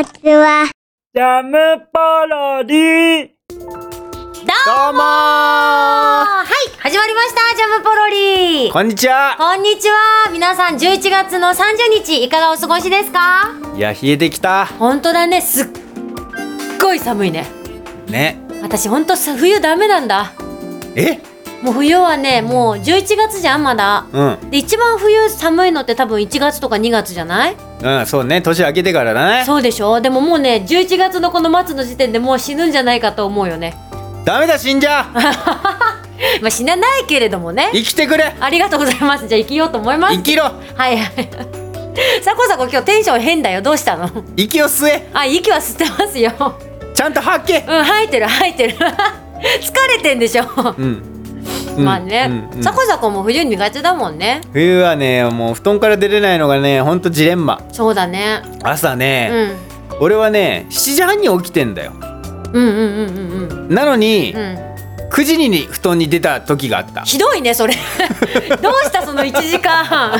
ちは。 ジャムパロディ。 どうもはい、始まりました、ジャムポロリ。 こんにちは。 こんにちは。皆さん11月の30日いかがお過ごしですか？ いや、冷えてきた。 本当だね、すっごい寒いね。 ね。 私ほんと冬ダメなんだ。 え？ もう冬はね、もう11月じゃん、まだ。で、一番冬寒いのって多分1月とか2月じゃない？ そうね、年明けてからだね。 そうでしょ。でももうね、11月のこの末の時点でもう死ぬんじゃないかと思うよね。 ダメだ、死んじゃまあ死なないけれどもね。 生きてくれ。 ありがとうございます。じゃあ生きようと思います。 生きろ。 はいはいさこさこ今日テンション変だよ。どうしたの？ 息を吸え。 あ、息は吸ってますよ。 ちゃんと吐け。 吐いてる疲れてんでしょ。まあね、さこさこも冬苦手だもんね。 冬はね、もう布団から出れないのがね、ほんとジレンマ。 そうだね。 朝ね、俺はね7時半に起きてんだよ。なのに、9時に布団に出た時があった。 ひどいねそれどうしたその1時間半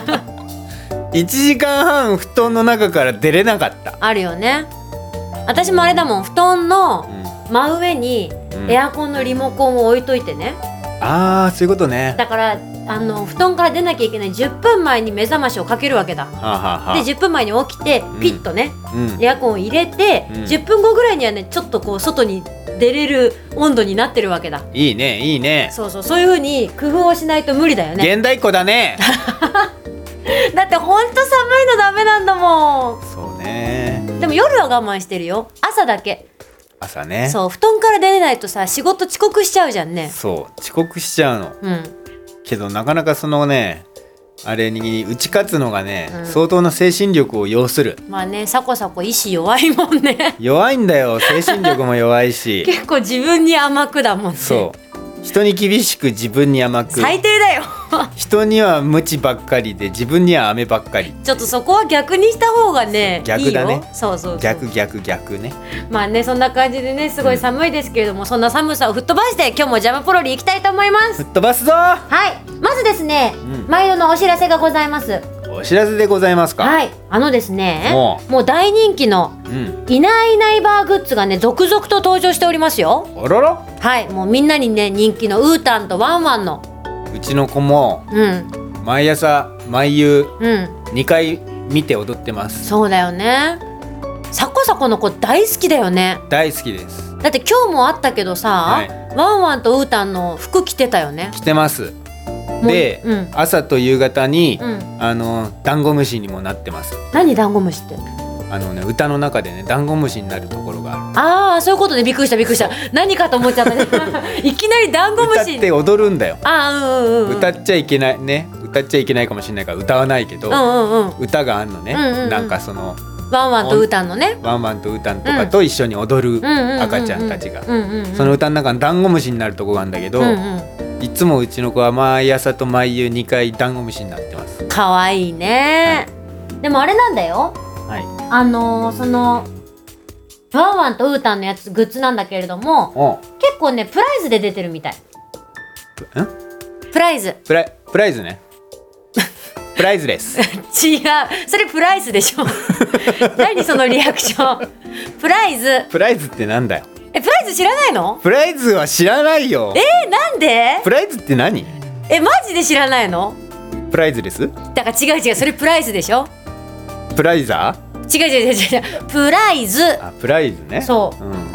1時間半布団の中から出れなかった。 あるよね。私もあれだもん、布団の真上にエアコンのリモコンを置いといてね。 ああ、そういうことね。 だから布団から出なきゃいけない10分前に目覚ましをかけるわけだ。で10分前に起きてピッとね、エアコンを入れて、10分後ぐらいにはねちょっとこう外に出れる温度になってるわけだ。 いいねいいね。 そうそう、そういう風に工夫をしないと無理だよね。 現代っ子だねだってほんと寒いのダメなんだもん。 そうね。 でも夜は我慢してるよ。朝だけ。 朝ね。 そう、布団から出れないとさ、仕事遅刻しちゃうじゃんね。 そう遅刻しちゃうの。けどなかなかそのね、あれに打ち勝つのがね、相当な精神力を要する。 まあね、さこさこ意志弱いもんね弱いんだよ。精神力も弱いし結構自分に甘くだもんね。 そう、人に厳しく自分に甘く。 最低だよ人には無知ばっかりで自分には飴ばっかり。 ちょっとそこは逆にした方がね、 逆だね。 いいよ。そうそうそう、 逆ね。 まあね、そんな感じでね、すごい寒いですけれども、そんな寒さを吹っ飛ばして今日もジャムポロリ行きたいと思います。 吹っ飛ばすぞ。 はい、まずですね、毎度のお知らせがございます。 お知らせでございますか。 はい、ですね、もう大人気のいないいないばーグッズがね続々と登場しておりますよ。 あらら。 はい、もうみんなにね人気のうーたんとワンワンの、 うちの子も毎朝毎夕2回見て踊ってます。 そうだよね。さこさこの子大好きだよね。 大好きです。 だって今日もあったけどさ、ワンワンとうーたんの服着てたよね。 着てます。で、朝と夕方に、ダンゴムシにもなってます。 何ダンゴムシって？ 歌の中でね、ダンゴムシになるところがある。 ああ、そういうことで、びっくりした何かと思っちゃったねいきなりダンゴムシ歌って踊るんだよ。 歌っちゃいけないね。歌っちゃいけないかもしれないから歌わないけど、歌があんのね。なんかそのワンワンとうーたんのね、 ワンワンとうーたんとかと一緒に踊る赤ちゃんたちが、その歌の中にダンゴムシになるとこがあるんだけど、いつもうちの子は毎朝と毎夕2回ダンゴムシになってます。 かわいいね。でもあれなんだよ、そのワンワンとうーたんのやつグッズなんだけれども、結構ねプライズで出てるみたい。プライズねプライズです違う、それプライスでしょ何そのリアクションプライズってなんだよ。 プライズ知らないの？ プライズは知らないよ。 なんで？ プライズって何？ マジで知らないの？ プライズです。 だから違う、それプライスでしょ。 プライザー？違うプライズ。 あ、プライズね。 そう、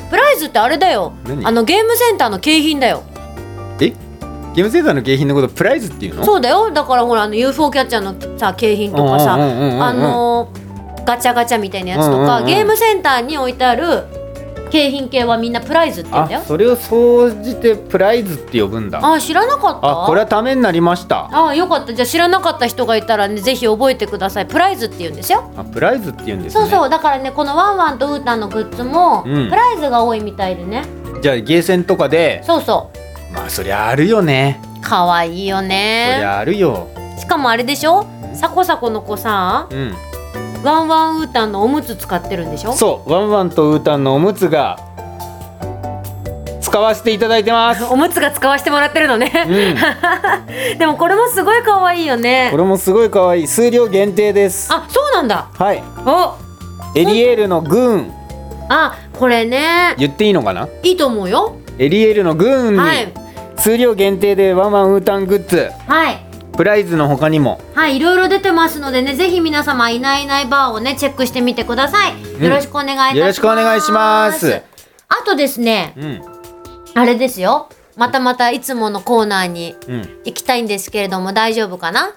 プライズってあれだよ、ゲームセンターの景品だよ。 ゲームセンターの景品のことプライズっていうの？そうだよ。だからほらUFO キャッチャーのさ景品とかさ、ガチャガチャみたいなやつとか、ゲームセンターに置いてある景品系はみんなプライズって言うんだよ。 それを総じてプライズって呼ぶんだ。 知らなかった？ これはためになりました。 よかった。じゃあ知らなかった人がいたらね、ぜひ覚えてください。プライズって言うんですよ。 プライズって言うんですね。 そうだからね、このワンワンとうーたんのグッズもプライズが多いみたいでね。 じゃあゲーセンとかで。まあそりゃあるよね。 かわいいよね。 そりゃあるよ。 しかもあれでしょ、さこさこの子さ、ワンワンうーたんのおむつ使ってるんでしょ。 そう、ワンワンとうーたんのおむつが使わせていただいてます。 おむつが使わせてもらってるのね、でもこれもすごい可愛いよね。 これもすごい可愛い。数量限定です。 そうなんだ。 はい。エリエールのグーンあ、これね、 言っていいのかな。 いいと思うよ。 エリエールのグーンに、はい、数量限定でワンワンウータングッズ、はい、プライズの他にも、 はい、いろいろ出てますのでね、ぜひ皆様いないいないバーをねチェックしてみてください。よろしくお願いいたします。 よろしくお願いします。 あとですね、あれですよ、またいつものコーナーに行きたいんですけれども、大丈夫かな。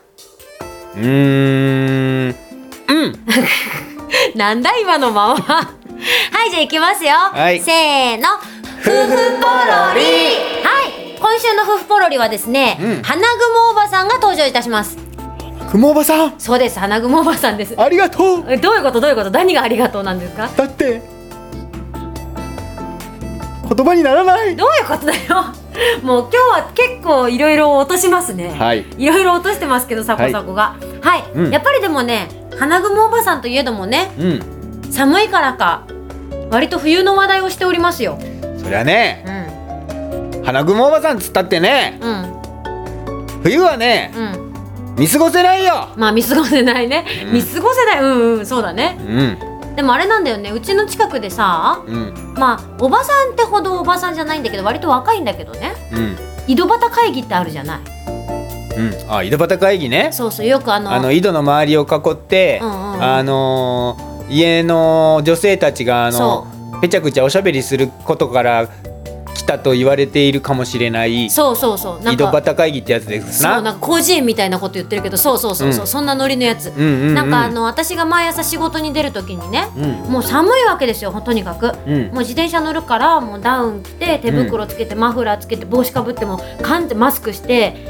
なんだ今のままはい、じゃあ行きますよ、はい、せーの、夫婦ポロリ。はい、今週の夫婦ポロリはですね、花雲おばさんが登場いたします。 雲おばさん。 そうです、花雲おばさんです。 ありがとう。 どういうことどういうこと、何がありがとうなんですか。 だって言葉にならない。 どういうことだよもう今日は結構いろいろ落としますね。はい、いろいろ落としてますけど、サコサコが、はい、やっぱりでもね、花雲おばさんといえどもね、寒いからか割と冬の話題をしておりますよ。 そりゃね、花雲おばさんつったってね、冬はね、見過ごせないよ。 まあ見過ごせないね、見過ごせない、そうだね。でもあれなんだよね、うちの近くでさ、まあおばさんってほどおばさんじゃないんだけど、割と若いんだけどね、井戸端会議ってあるじゃない。 あ、井戸端会議ね。 そうそう、よく井戸の周りを囲って、家の女性たちがぺちゃくちゃおしゃべりすることから来たと言われているかもしれない。そう井戸端会議ってやつですな。 そう、なんか広辞苑みたいなこと言ってるけど、そう、そんなノリのやつ。なんか私が毎朝仕事に出る時にね、もう寒いわけですよ、とにかく。もう自転車乗るからもうダウン着て、手袋つけて、マフラーつけて、帽子かぶって、もマスクして、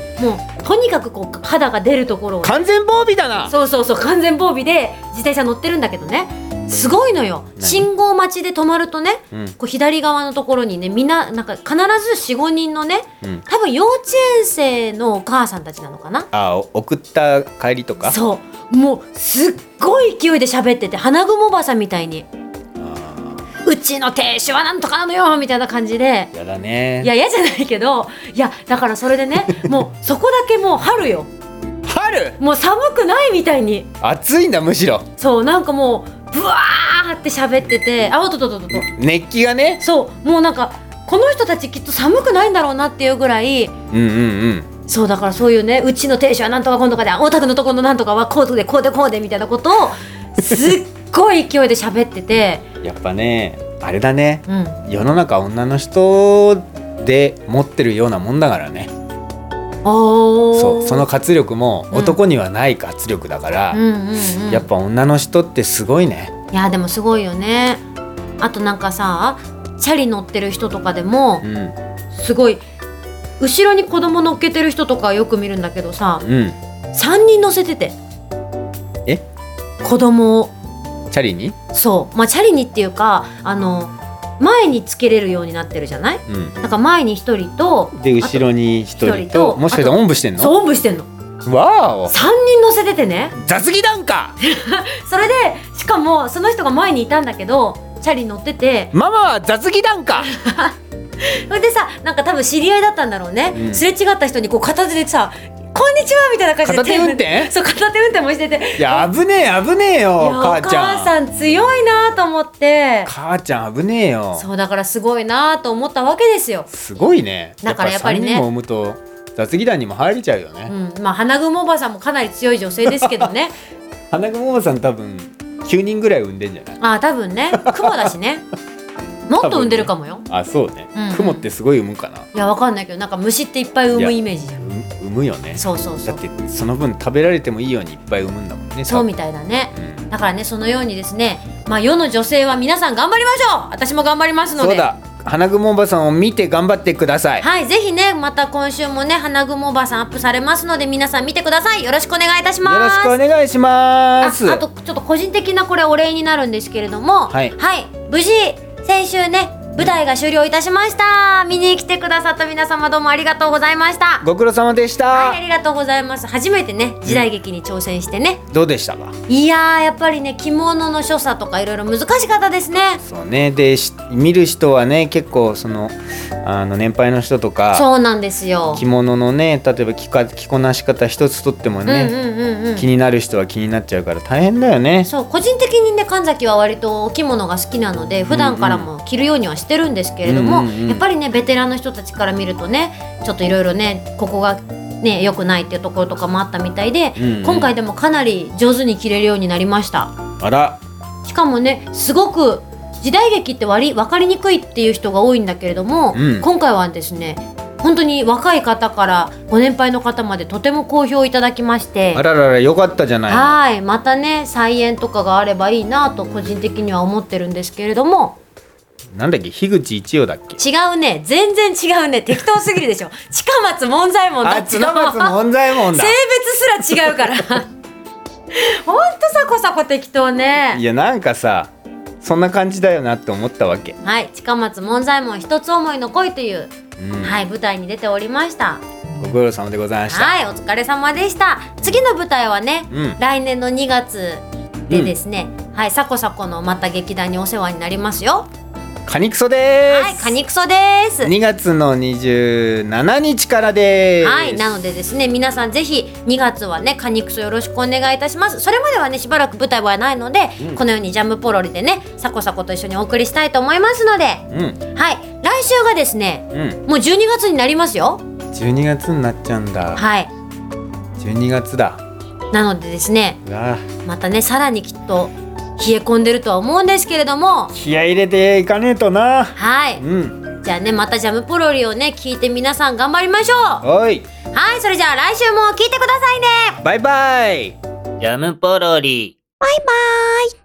もうとにかくこう肌が出るところを、 完全防備だな。 そう完全防備で自転車乗ってるんだけどね、すごいのよ。信号待ちで止まるとね、こう左側のところにね、みんななんか必ず 4,5 人のね、多分幼稚園生のお母さんたちなのかな。 送った帰りとか。そう、 もうすっごい勢いで喋ってて、花雲おばさんみたいに、うちの亭主はなんとかなのよみたいな感じで。 やだね。 いや、嫌じゃないけど、いやだからそれでねもうそこだけもう春よ。 春、 もう寒くないみたいに。 暑いんだ、むしろ。 そう、なんかもうブワーって喋ってて、 熱気がね。 そう、もうなんかこの人たちきっと寒くないんだろうなっていうぐらい。そうだから、そういうね、うちの亭主はなんとか今度かで、お宅のところのなんとかはこうでこうでこうでみたいなことをすっごい勢いで喋っててやっぱね、あれだね、世の中女の人で持ってるようなもんだからね。その活力も男にはない活力だから、やっぱ女の人ってすごいね。 いやでもすごいよね。あとなんかさ、チャリ乗ってる人とかでも、すごい後ろに子供乗っけてる人とかよく見るんだけどさ、3人乗せてて、子供をチャリに。 そう、まあチャリにっていうか、前につけれるようになってるじゃない、だから前に1人とで後ろに1人と、もしかしておんぶしてんの。 そう、おんぶしてんの。 わお、 3人乗せててね、 雑技団かそれでしかもその人が前にいたんだけど、チャリ乗ってて、 ママは雑技団かそれでさ、なんか多分知り合いだったんだろうね、すれ違った人にこう片手でさ、こんにちはみたいな感じで片手運転そう、片手運転もしてて、 いや危ねえよ、母ちゃん。 お母さん強いなと思って。 母ちゃん危ねえよ。 そう、だからすごいなと思ったわけですよ。 すごいね。 だからやっぱりね、 3人も産むと雑技団にも入れちゃうよね。 まあ花雲おばさんもかなり強い女性ですけどね花雲おばさん多分9人ぐらい産んでんじゃない。 多分ね、雲だしねもっと産んでるかもよ。 そうね、雲ってすごい産むかな。 いやわかんないけど、なんか虫っていっぱい産むイメージじゃん。 産むよね。そうだってその分食べられてもいいようにいっぱい産むんだもんね。 そうみたいだね、だからね、そのようにですね、まあ世の女性は皆さん頑張りましょう。私も頑張りますので。 そうだ、花雲おばさんを見て頑張ってください。 はい、ぜひね、また今週もね、花雲おばさんアップされますので、皆さん見てください。よろしくお願いいたします。 よろしくお願いします。 あとちょっと個人的なこれお礼になるんですけれども、はい、無事先週ね、 舞台が終了いたしました。見に来てくださった皆様どうもありがとうございました。 ご苦労様でした。 はい、ありがとうございます。初めてね時代劇に挑戦してね、 どうでしたか？ いやーやっぱりね着物の所作とかいろいろ難しかったですね。 そうね。で見る人はね結構年配の人とか、 そうなんですよ。 着物のね例えば着こなし方一つとってもね、気になる人は気になっちゃうから大変だよね。 そう個人的にね神崎は割とお着物が好きなので普段からも着るようにはしてるんですけれども、やっぱりねベテランの人たちから見るとねちょっといろいろねここがね良くないっていうところとかもあったみたいで、今回でもかなり上手に着れるようになりました。 あら。 しかもねすごく時代劇って分かりにくいっていう人が多いんだけれども、今回はですね本当に若い方からご年配の方までとても好評いただきまして、 あらららよかったじゃないの。 はい、またね再演とかがあればいいなと個人的には思ってるんですけれども。 なんだっけ、樋口一葉だっけ？ 違うね、全然違うね、適当すぎるでしょ。近松門左衛門だっちの。 近松門左衛門だ。 性別すら違うから。ほんとサコサコ適当ね。 いやなんかさそんな感じだよなって思ったわけ。 はい、近松門左衛門一つ思いの恋という、はい、舞台に出ておりました。 ご苦労様でございました。 はい、お疲れ様でした。次の舞台はね、来年の2月でですね、はい、サコサコのまた劇団にお世話になりますよ。 カニクソです。 はい、カニクソです。 2月の27日からです。 はい、なのでですね皆さんぜひ2月はねカニクソよろしくお願いいたします。それまではねしばらく舞台はないので、このようにジャムポロリでねサコサコと一緒にお送りしたいと思いますので、はい、来週がですね、もう12月になりますよ。 12月になっちゃうんだ。 はい、 12月だ。 なのでですねまたねさらにきっと冷え込んでるとは思うんですけれども、 気合い入れていかねえとな。 はい、じゃあねまたジャムポロリをね聞いて皆さん頑張りましょう。 はい、 それじゃあ来週も聞いてくださいね。 バイバイ。 ジャムポロリ。 バイバイ。